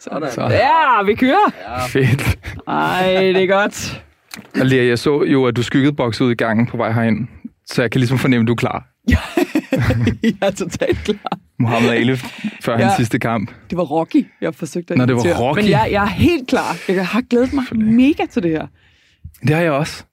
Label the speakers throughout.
Speaker 1: Så.
Speaker 2: Ja, vi kører.
Speaker 1: Ja. Fedt.
Speaker 2: Ej, det er godt.
Speaker 1: Og Lea, jeg så jo, at du skyggede boks ud i gangen på vej herind, så jeg kan ligesom fornemme, at du er klar.
Speaker 2: Jeg er totalt klar.
Speaker 1: Muhammad Ali før hans sidste kamp.
Speaker 2: Det var Rocky, jeg forsøgte at
Speaker 1: Nå, det var Rocky.
Speaker 2: Men jeg er helt klar. Jeg har glædet mig mega til det her.
Speaker 1: Det har jeg også.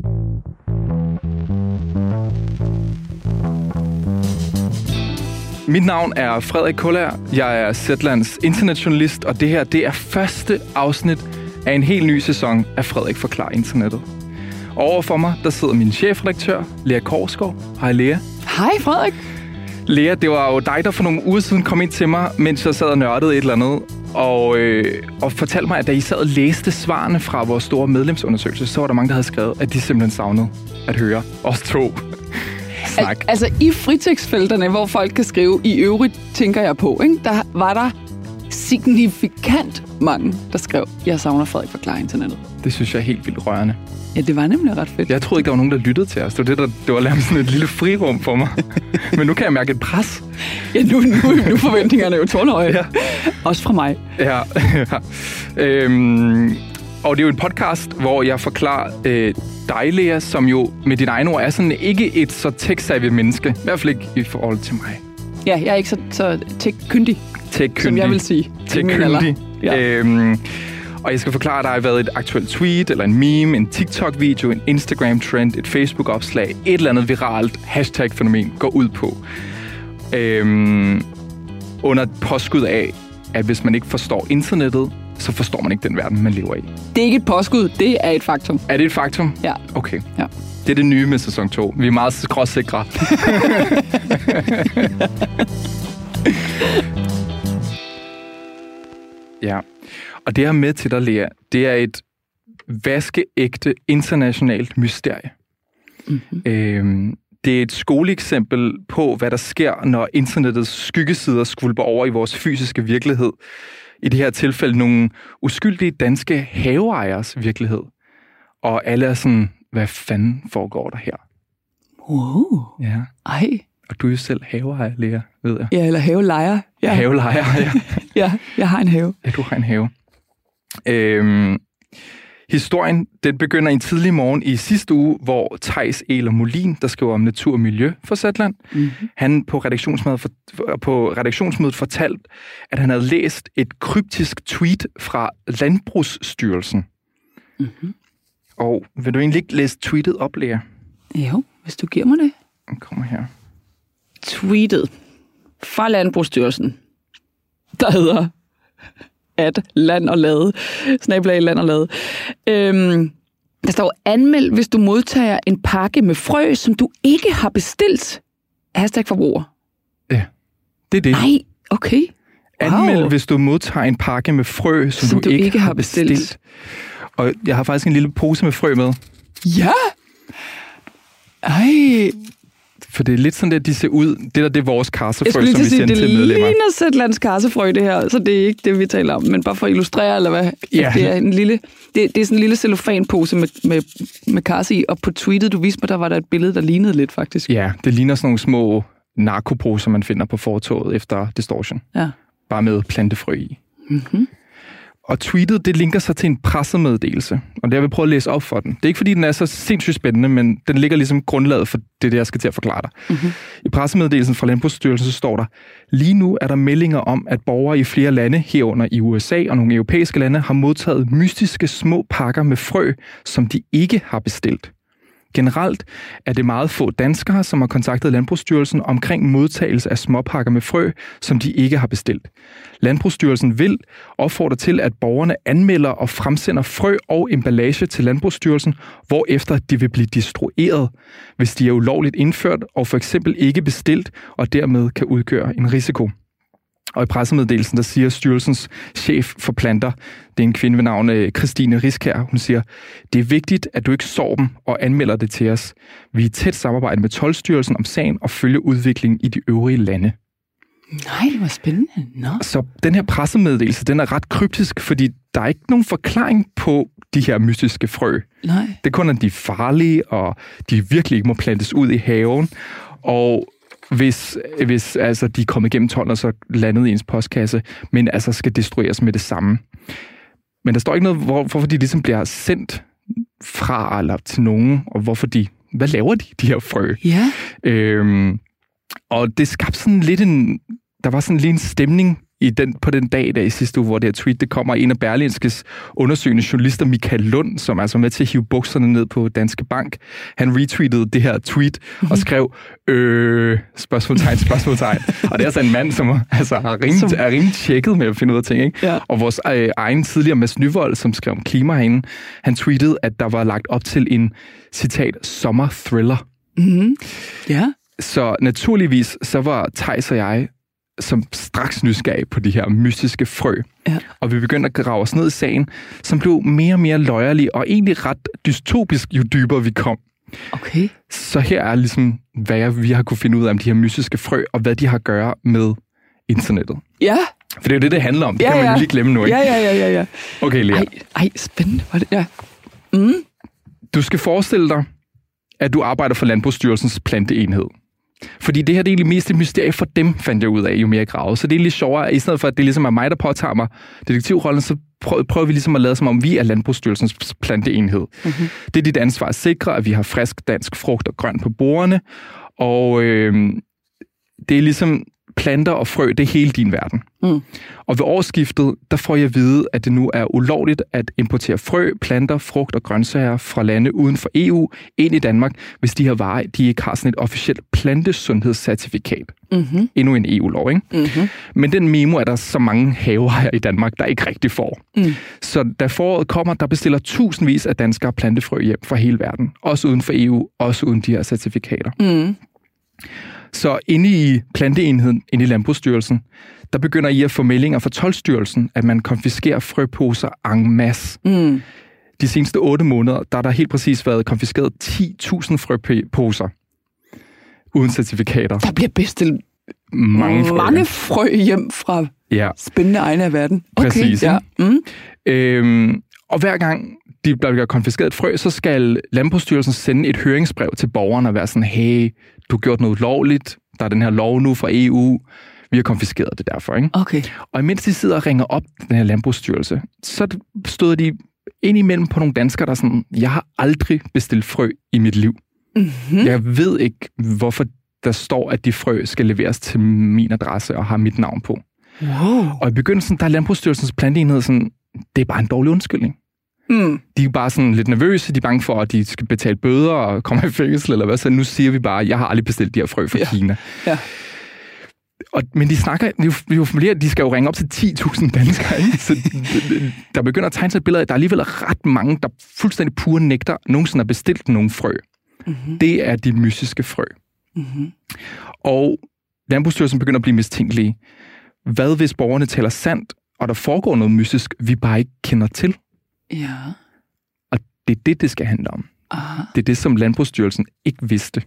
Speaker 1: Mit navn er Frederik Kullager. Jeg er Zetlands internetjournalist, og det her, det er første afsnit af en helt ny sæson af Frederik Forklarer Internettet. Over for mig, der sidder min chefredaktør, Lea Korsgaard. Hej Lea.
Speaker 2: Hej Frederik.
Speaker 1: Lea, det var jo dig, der for nogle uger siden kom ind til mig, mens jeg sad og nørdede et eller andet, og fortalte mig, at da I sad og læste svarene fra vores store medlemsundersøgelse, så var der mange, der havde skrevet, at de simpelthen savnede at høre os to snak.
Speaker 2: Altså i fritekstfelterne, hvor folk kan skrive, i øvrigt tænker jeg på, ikke? Der var der signifikant mange, der skrev, jeg savner Frederik Forklarer Internettet.
Speaker 1: Det synes jeg er helt vildt rørende.
Speaker 2: Ja, det var nemlig ret fedt.
Speaker 1: Jeg troede ikke, der var nogen, der lyttede til os. Det var lavet sådan et lille frirum for mig. Men nu kan jeg mærke et pres.
Speaker 2: Ja, nu er forventningerne jo tårnhøje. Ja. Også fra mig.
Speaker 1: Ja. Og det er jo en podcast, hvor jeg forklarer dig, Lea, som jo med dine egne ord er sådan ikke et så tech-savvy menneske. I hvert fald ikke i forhold til mig.
Speaker 2: Ja, jeg er ikke så tech-kyndig, som jeg vil sige.
Speaker 1: Tech-kyndig.
Speaker 2: Ja.
Speaker 1: Og jeg skal forklare dig, hvad et aktuelt tweet, eller en meme, en TikTok-video, en Instagram-trend, et Facebook-opslag, et eller andet viralt hashtag-fænomen går ud på. Under påskud af, at hvis man ikke forstår internettet, så forstår man ikke den verden, man lever i.
Speaker 2: Det er ikke et påskud, det er et faktum.
Speaker 1: Er det et faktum?
Speaker 2: Ja.
Speaker 1: Okay.
Speaker 2: Ja.
Speaker 1: Det er det nye med sæson 2. Vi er meget skråsikre. Ja. Og det her med til dig, Lea, det er et vaskeægte internationalt mysterie. Mm-hmm. Det er et skoleeksempel på, hvad der sker, når internettets skyggesider skvulper over i vores fysiske virkelighed. I det her tilfælde nogle uskyldige danske haveejers virkelighed. Og alle er sådan, hvad fanden foregår der her?
Speaker 2: Wow.
Speaker 1: Ja.
Speaker 2: Ej.
Speaker 1: Og du er jo selv haveejer, Lea, ved jeg.
Speaker 2: Ja, eller havelejer. Ja.
Speaker 1: Havelejer, ja.
Speaker 2: Ja, jeg har en have.
Speaker 1: Ja, du har en have. Historien, den begynder en tidlig morgen i sidste uge, hvor Theis Ehler Molin, der skriver om natur og miljø for Zetland, han på redaktionsmødet fortalt, at han havde læst et kryptisk tweet fra Landbrugsstyrelsen. Mm-hmm. Og vil du egentlig ikke læse tweetet op, Lea?
Speaker 2: Jo, hvis du giver mig det.
Speaker 1: Den kommer her.
Speaker 2: Tweetet fra Landbrugsstyrelsen, der hedder at land og lade, / land og lade. Der står, anmeld, hvis du modtager en pakke med frø, som du ikke har bestilt. #forbruger.
Speaker 1: Ja, det er det.
Speaker 2: Nej, okay.
Speaker 1: Wow. Anmeld, hvis du modtager en pakke med frø, som du ikke har bestilt. Og jeg har faktisk en lille pose med frø med.
Speaker 2: Ja! Ej.
Speaker 1: For det er lidt sådan, at de ser ud. Det er vores karsefrø, som vi sendte til medlemmer.
Speaker 2: Det ligner Zetlands karsefrø, det her, så det er ikke det, vi taler om. Men bare for at illustrere, eller hvad?
Speaker 1: Ja.
Speaker 2: Det er en lille, det er sådan en lille cellofanpose med karse i, og på tweetet, du viste mig, der var der et billede, der lignede lidt, faktisk.
Speaker 1: Ja, det ligner sådan nogle små narkoposer, man finder på fortovet efter distortion.
Speaker 2: Ja.
Speaker 1: Bare med plantefrø i.
Speaker 2: Mm-hmm.
Speaker 1: Og tweetet, det linker sig til en pressemeddelelse, og det jeg vil prøve at læse op for den. Det er ikke, fordi den er så sindssygt spændende, men den ligger ligesom grundlaget for det, jeg skal til at forklare dig. Mm-hmm. I pressemeddelelsen fra Landbrugsstyrelsen, så står der, lige nu er der meldinger om, at borgere i flere lande, herunder i USA og nogle europæiske lande, har modtaget mystiske små pakker med frø, som de ikke har bestilt. Generelt er det meget få danskere, som har kontaktet Landbrugsstyrelsen omkring modtagelse af småpakker med frø, som de ikke har bestilt. Landbrugsstyrelsen vil opfordre til, at borgerne anmelder og fremsender frø og emballage til Landbrugsstyrelsen, hvorefter de vil blive destrueret, hvis de er ulovligt indført og for eksempel ikke bestilt og dermed kan udgøre en risiko. Og i pressemeddelelsen, der siger styrelsens chef for planter, det er en kvinde ved navn Christine Riskær, hun siger, det er vigtigt, at du ikke sover dem og anmelder det til os. Vi er i tæt samarbejde med Toldstyrelsen om sagen og følger udviklingen i de øvrige lande.
Speaker 2: Nej, det var spændende. No.
Speaker 1: Så den her pressemeddelelse, den er ret kryptisk, fordi der er ikke nogen forklaring på de her mystiske frø.
Speaker 2: Nej.
Speaker 1: Det er kun, at de er farlige, og de virkelig ikke må plantes ud i haven. Og hvis altså, de er kommet igennem tolden og så landet i ens postkasse, men altså skal destrueres med det samme. Men der står ikke noget, hvorfor de ligesom bliver sendt fra eller til nogen, og hvad laver de her frø?
Speaker 2: Ja.
Speaker 1: Og det skabte sådan lidt der var sådan lige en stemning på den dag der i sidste uge, hvor det her tweet, det kommer en af Berlingskes undersøgende journalister, Michael Lund, som altså med til at hive bukserne ned på Danske Bank. Han retweetede det her tweet og skrev, spørgsmålstegn. Og det er altså en mand, som altså er rimelig tjekket med at finde ud af ting, ikke? Ja. Og vores egen tidligere Mads Nyvold, som skrev om klima herinde, han tweetede, at der var lagt op til en, citat, sommerthriller.
Speaker 2: Mm-hmm. Ja.
Speaker 1: Så naturligvis, så var Theis og jeg som straks nysgerrig på de her mystiske frø. Ja. Og vi begyndte at grave os ned i sagen, som blev mere og mere løjerlig, og egentlig ret dystopisk, jo dybere vi kom.
Speaker 2: Okay.
Speaker 1: Så her er ligesom, hvad vi har kunne finde ud af om de her mystiske frø, og hvad de har at gøre med internettet.
Speaker 2: Ja.
Speaker 1: For det er jo det handler om. Det kan man jo lige glemme nu, ikke?
Speaker 2: Ja.
Speaker 1: Okay, Lea.
Speaker 2: Ej, spændende. Ja. Mm.
Speaker 1: Du skal forestille dig, at du arbejder for Landbrugsstyrelsens planteenhed. Fordi det her det er egentlig mest et mysterie for dem, fandt jeg ud af, jo mere jeg gravede. Så det er lidt sjovere, i stedet for at det ligesom er mig, der påtager mig detektivrollen, så prøver vi ligesom at lade som om, vi er Landbrugsstyrelsens planteenhed. Mm-hmm. Det er dit ansvar at sikre, at vi har frisk dansk frugt og grønt på bordene, og det er ligesom planter og frø, det er hele din verden. Mm. Og ved årsskiftet, der får jeg at vide, at det nu er ulovligt at importere frø, planter, frugt og grøntsager fra lande uden for EU ind i Danmark, hvis de her varer, de ikke har sådan et officielt plantesundhedscertifikat. Mm-hmm. Endnu en EU-lov, ikke? Mm-hmm. Men den memo er der så mange haver her i Danmark, der ikke rigtig får. Mm. Så da foråret kommer, der bestiller tusindvis af danskere plantefrø hjem fra hele verden. Også uden for EU, også uden de her certifikater. Mm. Så inde i planteenheden, inde i Landbrugsstyrelsen, der begynder I at få meldinger fra Toldstyrelsen, at man konfiskerer frøposer en masse. Mm. De seneste 8 måneder, der har der helt præcis været konfiskeret 10.000 frøposer uden certifikater.
Speaker 2: Der bliver bestilt mange frø hjem fra spændende egne af verden. Okay,
Speaker 1: præcis. Ja. Mm. Og hver gang de bliver konfiskeret et frø, så skal Landbrugsstyrelsen sende et høringsbrev til borgerne og være sådan, hey, du har gjort noget lovligt, der er den her lov nu fra EU, vi har konfiskeret det derfor, ikke?
Speaker 2: Okay. Og
Speaker 1: imens de sidder og ringer op den her Landbrugsstyrelse, så stod de ind imellem på nogle danskere, der sådan, jeg har aldrig bestilt frø i mit liv. Mm-hmm. Jeg ved ikke, hvorfor der står, at de frø skal leveres til min adresse og har mit navn på.
Speaker 2: Wow.
Speaker 1: Og i begyndelsen, der er Landbrugsstyrelsens planteenhed sådan, det er bare en dårlig undskyldning. Mm. De er bare sådan lidt nervøse, de er bange for, at de skal betale bøder og komme i fængsel, eller hvad, så nu siger vi bare, jeg har aldrig bestilt de her frø fra Kina. Ja. Men de snakker, de skal jo ringe op til 10.000 danskere, ikke? Så der begynder at tegne sig et billede af, at der alligevel er ret mange, der fuldstændig pure nægter, nogensinde har bestilt nogle frø. Mm-hmm. Det er de mystiske frø. Mm-hmm. Og Landbrugsstyrelsen begynder at blive mistænkelige. Hvad hvis borgerne taler sandt, og der foregår noget mystisk, vi bare ikke kender til?
Speaker 2: Ja.
Speaker 1: Og det er det skal handle om.
Speaker 2: Aha.
Speaker 1: Det er det, som Landbrugsstyrelsen ikke vidste.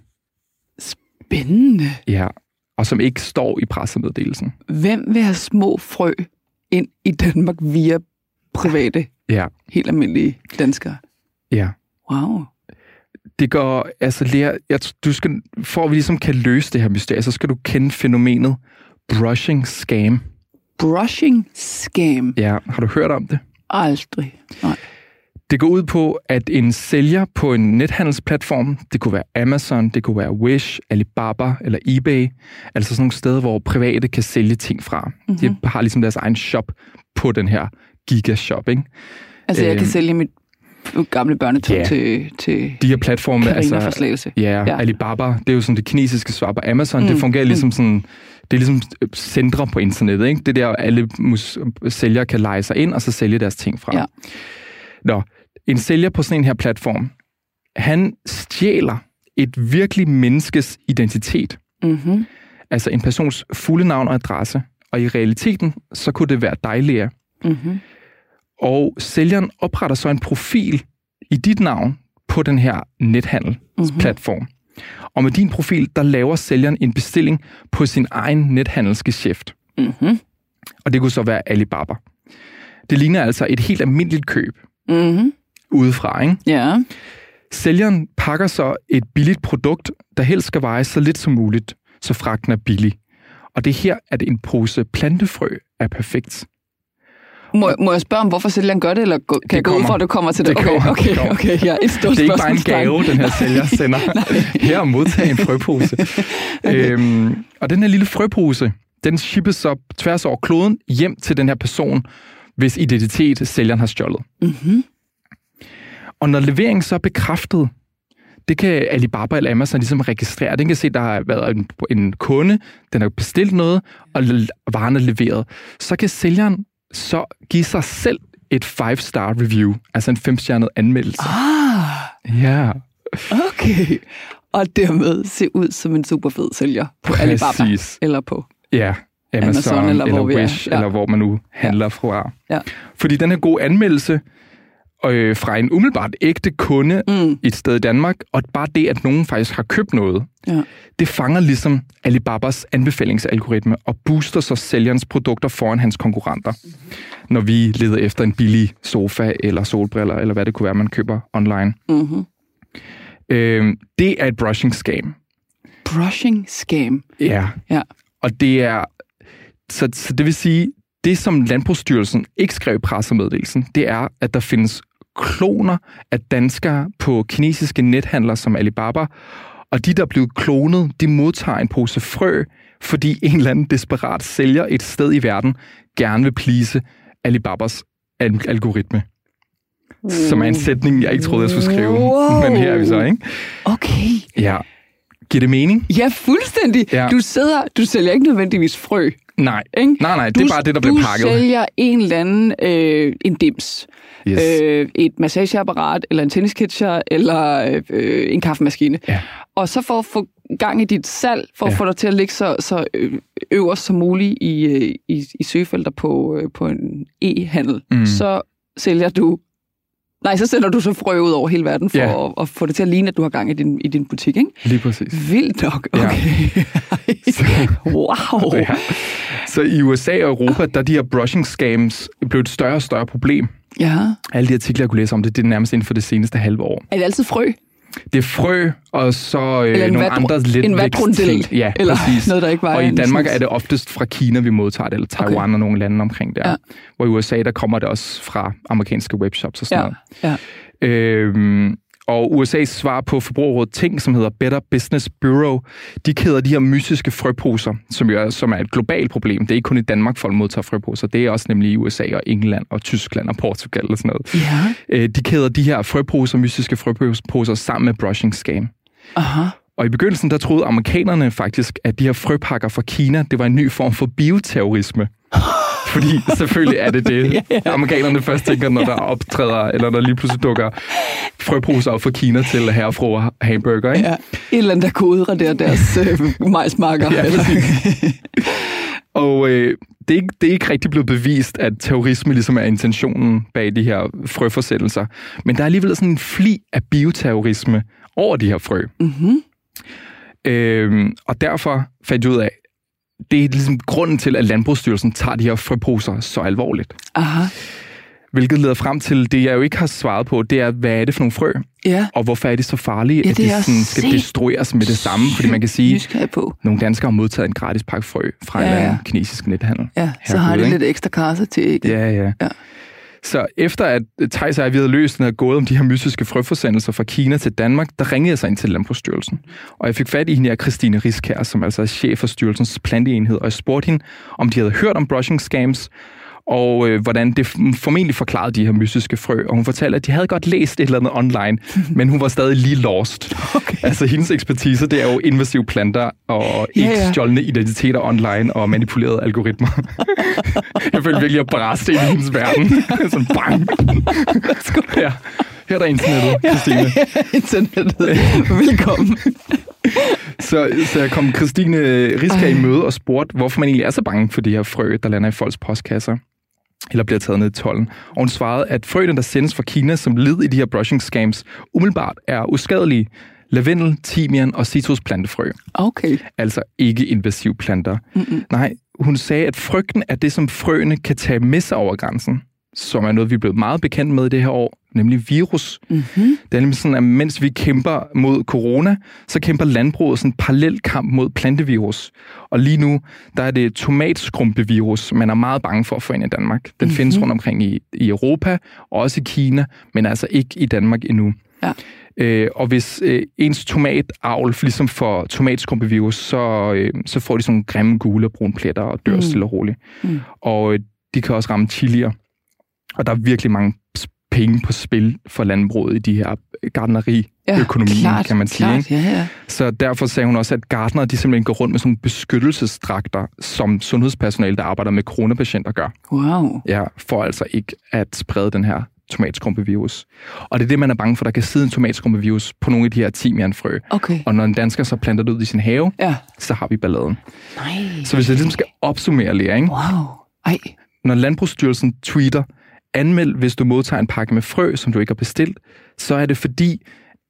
Speaker 2: Spændende.
Speaker 1: Ja, og som ikke står i pressemeddelelsen.
Speaker 2: Hvem vil have små frø ind i Danmark via private, helt almindelige danskere?
Speaker 1: Ja.
Speaker 2: Wow.
Speaker 1: Det går, altså Lea, for at vi ligesom kan løse det her mysterie, så skal du kende fænomenet brushing scam.
Speaker 2: Brushing scam?
Speaker 1: Ja, har du hørt om det?
Speaker 2: Aldrig, nej.
Speaker 1: Det går ud på, at en sælger på en nethandelsplatform, det kunne være Amazon, det kunne være Wish, Alibaba eller eBay, altså sådan nogle steder, hvor private kan sælge ting fra. Mm-hmm. De har ligesom deres egen shop på den her gigashop, ikke?
Speaker 2: Altså jeg kan sælge mit gamle børnetøj til
Speaker 1: de her platforme,
Speaker 2: Carina-forslagelse.
Speaker 1: Ja, Alibaba, det er jo sådan det kinesiske svar på Amazon. Det fungerer ligesom sådan, det er ligesom centre på internettet, ikke? Det der, alle sælgere kan leje sig ind, og så sælge deres ting fra. Ja. Nå, en sælger på sådan en her platform, han stjæler et virkelig menneskes identitet. Mm-hmm. Altså en persons fulde navn og adresse. Og i realiteten, så kunne det være dig, Lea. Mm-hmm. Og sælgeren opretter så en profil i dit navn på den her nethandelsplatform. Mm-hmm. Og med din profil, der laver sælgeren en bestilling på sin egen nethandelsgeschæft. Mm-hmm. Og det kunne så være Alibaba. Det ligner altså et helt almindeligt køb. Mm-hmm. Udefra, ikke?
Speaker 2: Ja.
Speaker 1: Sælgeren pakker så et billigt produkt, der helst skal veje så lidt som muligt. så fragten er billig. Og det er her, at en pose plantefrø er perfekt.
Speaker 2: Må jeg spørge om, hvorfor sælgeren gør det, eller kan jeg gå ud fra, at det kommer til det? Okay, ja, et stort
Speaker 1: det er ikke bare en gave, den her sælger sender. Her modtage en frøpose. Okay. Og den her lille frøpose, den shippes så tværs over kloden hjem til den her person, hvis identitet sælgeren har stjålet. Mm-hmm. Og når leveringen så er bekræftet, det kan Alibaba eller Amazon ligesom registrere. Den kan se, at der har været en kunde, den har bestilt noget, og varen er leveret. Så kan sælgeren så give sig selv et 5-star review, altså en 5-stjernet anmeldelse. Ja.
Speaker 2: Okay. Og dermed se ud som en super fed sælger på Alibaba, eller på
Speaker 1: Amazon eller Wish, eller hvor man nu handler fra. Ja. Fordi den her gode anmeldelse fra en umiddelbart ægte kunde et sted i Danmark, og bare det, at nogen faktisk har købt noget, det fanger ligesom Alibabas anbefalingsalgoritme og booster så sælgerens produkter foran hans konkurrenter, når vi leder efter en billig sofa eller solbriller, eller hvad det kunne være, man køber online. Mm-hmm. Det er et brushing scam. Brushing scam? Ja. Og det er... Så det vil sige, det som Landbrugsstyrelsen ikke skrev i pressemeddelelsen, det er, at der findes kloner af danskere på kinesiske nethandlere som Alibaba, og de, der er blevet klonet, de modtager en pose frø, fordi en eller anden desperat sælger et sted i verden gerne vil please Alibabas algoritme. Som er en sætning, jeg ikke troede, jeg skulle skrive. Wow. Men her er vi så, ikke? Okay. Ja. Giver det mening? Ja, fuldstændig. Ja. Du sælger ikke nødvendigvis frø. Nej, ikke? Nej, det er bare det, der bliver pakket. Du sælger en eller anden, en dims, et massageapparat, eller en tennisketcher, eller en kaffemaskine. Ja. Og så for at få gang i dit salg, for at få dig til at ligge så øverst som muligt i søgefelter på en e-handel, så sælger du... Nej, så sender du så frø ud over hele verden for at få det til at ligne, at du har gang i din butik, ikke? Lige præcis. Vildt nok. Okay. Ja. Wow. Ja. Så i USA og Europa, der de her brushing scams blev et større og større problem. Ja. Alle de artikler, jeg kunne læse om det er nærmest inden for det seneste halve år. Er det altid frø? Det er frø, og så nogle andre lidt vækstting. Ja, eller præcis. Noget, der ikke var. Og i Danmark er det oftest fra Kina, vi modtager det, eller Taiwan og nogle lande omkring der. Ja. Hvor i USA, der kommer det også fra amerikanske webshops og sådan noget. Ja. Og USA's svar på Forbrugerrådet Ting, som hedder Better Business Bureau, de kæder de her mystiske frøposer, som er et globalt problem. Det er ikke kun i Danmark, folk modtager frøposer. Det er også nemlig i USA og England og Tyskland og Portugal og sådan noget. Ja. De kæder de her frøposer, mystiske frøposer, sammen med brushing scam. Aha. Og i begyndelsen, der troede amerikanerne faktisk, at de her frøpakker fra Kina, det var en ny form for bioterrorisme. Fordi selvfølgelig er det amerikanerne først tænker, når der optræder, eller når lige pludselig dukker frøposer op fra Kina til herre og fru hamburger, ikke? Ja, et eller andet, der kunne udradere deres majsmarker. Ja, og det er ikke rigtig blevet bevist, at terrorisme ligesom er intentionen bag de her frøforsættelser. Men der er alligevel sådan en fli af bioterrorisme over de her frø. Mm-hmm. Og derfor fandt jeg ud af, det er ligesom grunden til, at Landbrugsstyrelsen tager de her frøposer så alvorligt. Aha. Hvilket leder frem til det, jeg jo ikke har svaret på, det er, hvad er det for nogle frø? Ja. Og hvorfor er de så farlige, at de sådan skal destrueres med det samme? Fordi man kan sige, at nogle danskere har modtaget en gratis pakke frø fra en eller anden kinesisk nethandel. Ja, så har de lidt ekstra kasser til ikke? Ja. Så efter at Theis og jeg havde løst den her gåde om de her mystiske frøforsendelser fra Kina til Danmark, der ringede jeg sig ind til Landbrugsstyrelsen. Og jeg fik fat i hende her, Christine Riskær, som altså er chef for styrelsens planteenhed, og jeg spurgte hende, om de havde hørt om brushing scams, og hvordan det formentlig forklarede de her mystiske frø. Og hun fortalte, at de havde godt læst et eller andet online, men hun var stadig lige lost. Okay. Altså hendes ekspertise, det er jo invasive planter og ikke stjålne identiteter online og manipulerede algoritmer. Jeg følte virkelig at bræste ind i hendes verden. Sådan bang. Ja. Her er der internettet, Christine. Internettet. Velkommen. Så jeg kom Christine Riskær i møde og spurgte, hvorfor man egentlig er så bange for de her frø, der lander i folks postkasser, eller bliver taget ned i tolden. Og hun svarede, at frøene, der sendes fra Kina som led i de her brushing scams, umiddelbart er uskadelige. Lavendel, timian og citrusplantefrø. Okay. Altså ikke invasive planter. Mm-mm. Nej, hun sagde, at frygten er det, som frøene kan tage med sig over grænsen. som er noget, vi er blevet meget bekendt med i det her år, nemlig virus.
Speaker 2: Mm-hmm.
Speaker 1: Det er nemlig sådan, at mens vi kæmper mod corona, så kæmper landbruget sådan en parallel kamp mod plantevirus. Og lige nu, der er det tomatskrumpevirus, man er meget bange for at få ind i Danmark. Den findes rundt omkring i Europa, og også i Kina, men altså ikke i Danmark endnu.
Speaker 2: Ja.
Speaker 1: Og hvis ens tomatavl ligesom får tomatskrumpevirus, så får de sådan nogle grimme gule og brune pletter og dør stille og roligt. Og de kan også ramme chilier. Og der er virkelig mange penge på spil for landbruget i de her gartneriøkonomien, kan man sige. Ikke?
Speaker 2: Ja.
Speaker 1: Så derfor sagde hun også, at gartnere de simpelthen går rundt med sådan nogle beskyttelsesdragter, som sundhedspersonale, der arbejder med coronapatienter, gør.
Speaker 2: Wow.
Speaker 1: Ja, for altså ikke at sprede den her tomatskrumpevirus. Og det er det, man er bange for. Der kan sidde en tomatskrumpevirus på nogle af de her timianfrø.
Speaker 2: Okay.
Speaker 1: Og når en dansker så planter det ud i sin have, så har vi balladen.
Speaker 2: Nej.
Speaker 1: Så hvis jeg ligesom skal opsummere lige, ikke?
Speaker 2: Wow. Ej.
Speaker 1: Når Landbrugsstyrelsen tweeter, anmeld, hvis du modtager en pakke med frø, som du ikke har bestilt, så er det fordi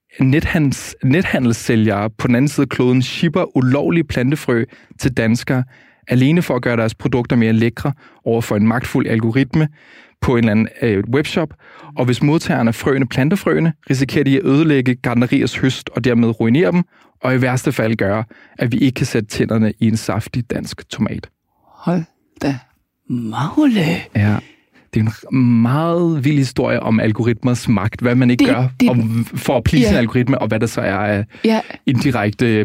Speaker 1: nethandelssælgere på den anden side af kloden shipper ulovlige plantefrø til danskere, alene for at gøre deres produkter mere lækre over for en magtfuld algoritme på en eller anden webshop. Og hvis modtagerne af frøene planter frøene, risikerer de at ødelægge gartneriers høst og dermed ruinere dem, og i værste fald gøre, at vi ikke kan sætte tænderne i en saftig dansk tomat.
Speaker 2: Hold da magle.
Speaker 1: Ja. Det er en meget vild historie om algoritmers magt, hvad man ikke gør for at please en algoritme, og hvad der så er af indirekte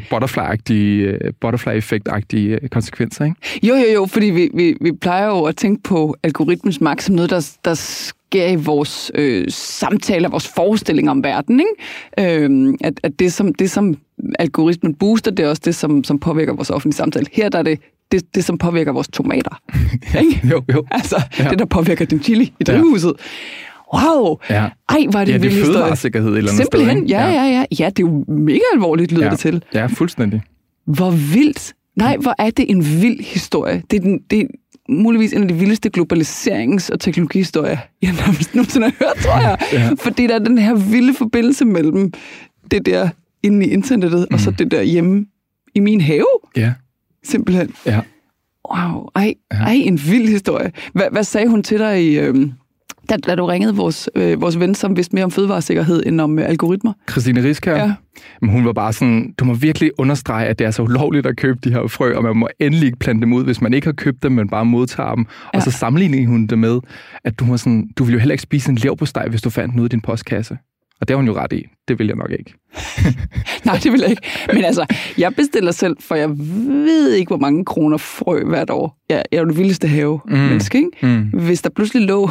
Speaker 1: butterfly-effekt-agtige konsekvenser, ikke?
Speaker 2: Jo, fordi vi plejer jo at tænke på algoritmens magt som noget, der sker i vores samtaler, vores forestillinger om verden, ikke? At det, som algoritmen booster, det er også det, som påvirker vores offentlige samtale. Her der er det, som påvirker vores tomater. Ikke?
Speaker 1: Jo.
Speaker 2: Altså, det, der påvirker din chili i drivhuset. Wow!
Speaker 1: Ja.
Speaker 2: Ej, var det en vild historie.
Speaker 1: Det er fødevaresikkerhed et eller andet sted.
Speaker 2: Simpelthen, ja. Ja, det er jo mega alvorligt, lyder det til.
Speaker 1: Ja, fuldstændig.
Speaker 2: Hvor vildt. Nej, hvor er det en vild historie. Det er muligvis en af de vildeste globaliserings- og teknologihistorier, jeg nogensinde har hørt, tror jeg. Ja. Fordi der er den her vilde forbindelse mellem det der inde i internettet, og så det der hjemme i min have.
Speaker 1: Ja.
Speaker 2: Simpelthen.
Speaker 1: Ja.
Speaker 2: Wow. Ej, en vild historie. Hvad sagde hun til dig, da du ringede vores ven, som vidste mere om fødevaresikkerhed end om algoritmer?
Speaker 1: Christine Riskær?
Speaker 2: Ja.
Speaker 1: Men hun var bare sådan, du må virkelig understrege, at det er så ulovligt at købe de her frø, og man må endelig ikke plante dem ud, hvis man ikke har købt dem, men bare modtager dem. Ja. Og så sammenlignede hun det med, at du ville jo heller ikke spise en leverpostej, hvis du fandt den ude i din postkasse. Og det har hun jo ret i. Det vil jeg nok ikke.
Speaker 2: Nej, det vil jeg ikke. Men altså, jeg bestiller selv, for jeg ved ikke, hvor mange kroner frø hvert år. Jeg er jo det vildeste have-menneske, ikke? Hvis der pludselig lå...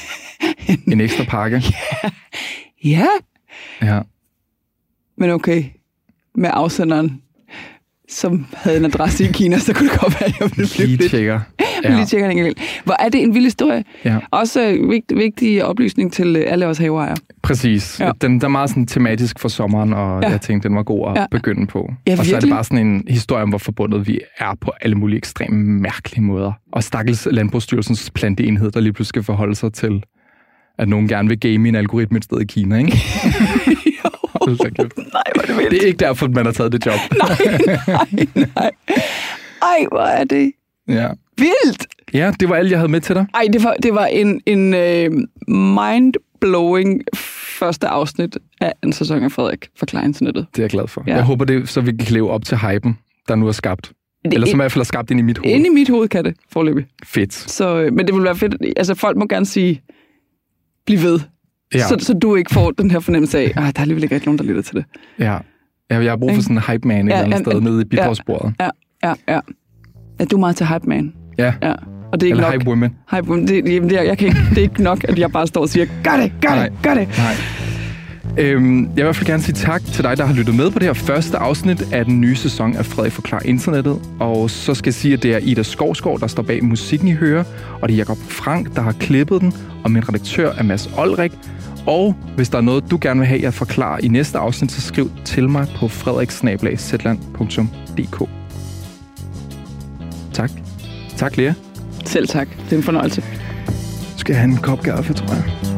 Speaker 1: en ekstra pakke.
Speaker 2: Ja.
Speaker 1: Ja. Men
Speaker 2: okay, med afsenderen, som havde en adresse i Kina, så kunne det godt være, at jeg ville blive
Speaker 1: lige tjekker.
Speaker 2: Lige tjekker den enkelt. Hvor er det en vild historie.
Speaker 1: Ja.
Speaker 2: Også vigtig oplysning til alle os haveejere.
Speaker 1: Præcis. Ja. Den er meget sådan tematisk for sommeren, og jeg tænkte, den var god at begynde på.
Speaker 2: Ja,
Speaker 1: og så er det bare sådan en historie om, hvor forbundet vi er på alle mulige ekstremt mærkelige måder. Og stakkels Landbrugsstyrelsens planteenhed, der lige pludselig skal forholde sig til, at nogen gerne vil game en algoritme et sted i Kina, ikke?
Speaker 2: Nej, hvor er det vildt.
Speaker 1: Det er ikke derfor, man har taget det job.
Speaker 2: Nej. Ej, hvor er det vildt.
Speaker 1: Ja, det var alt, jeg havde med til dig.
Speaker 2: Ej, det var en mind-blowing første afsnit af en sæson af Frederik fra Kleinsenettet.
Speaker 1: Det er jeg glad for. Ja. Jeg håber, det så vi kan leve op til hypen, der nu er skabt. Eller som i hvert fald er skabt ind i mit hoved.
Speaker 2: Ind i mit hoved kan det, foreløbig.
Speaker 1: Fedt.
Speaker 2: Så, men det vil være fedt. Altså, folk må gerne sige, bliv ved. Ja. Så du ikke får den her fornemmelse af, der er alligevel ikke rigtig nogen, der lytter til det.
Speaker 1: Ja. Jeg har brug for sådan en hype man et eller andet sted nede i bidragsbordet.
Speaker 2: Ja. Er du meget til hype man?
Speaker 1: Ja.
Speaker 2: Og det er ikke
Speaker 1: eller
Speaker 2: nok.
Speaker 1: Hype woman.
Speaker 2: Hype woman. Det er ikke nok, at jeg bare står og siger, gør det.
Speaker 1: Nej. Jeg vil i hvert fald gerne sige tak til dig, der har lyttet med på det her første afsnit af den nye sæson af Frederik Forklarer Internettet. Og så skal jeg sige, at det er Ida Skovsgaard, der står bag musikken, I hører. Og det er Jakob Frank, der har klippet den. Og min redaktør er Mads Olrik. Og hvis der er noget, du gerne vil have, jeg forklarer i næste afsnit, så skriv til mig på frederiksnabel@zetland.dk. Tak. Tak, Lea.
Speaker 2: Selv tak. Det er en fornøjelse.
Speaker 1: Skal jeg have en kop kaffe, tror jeg.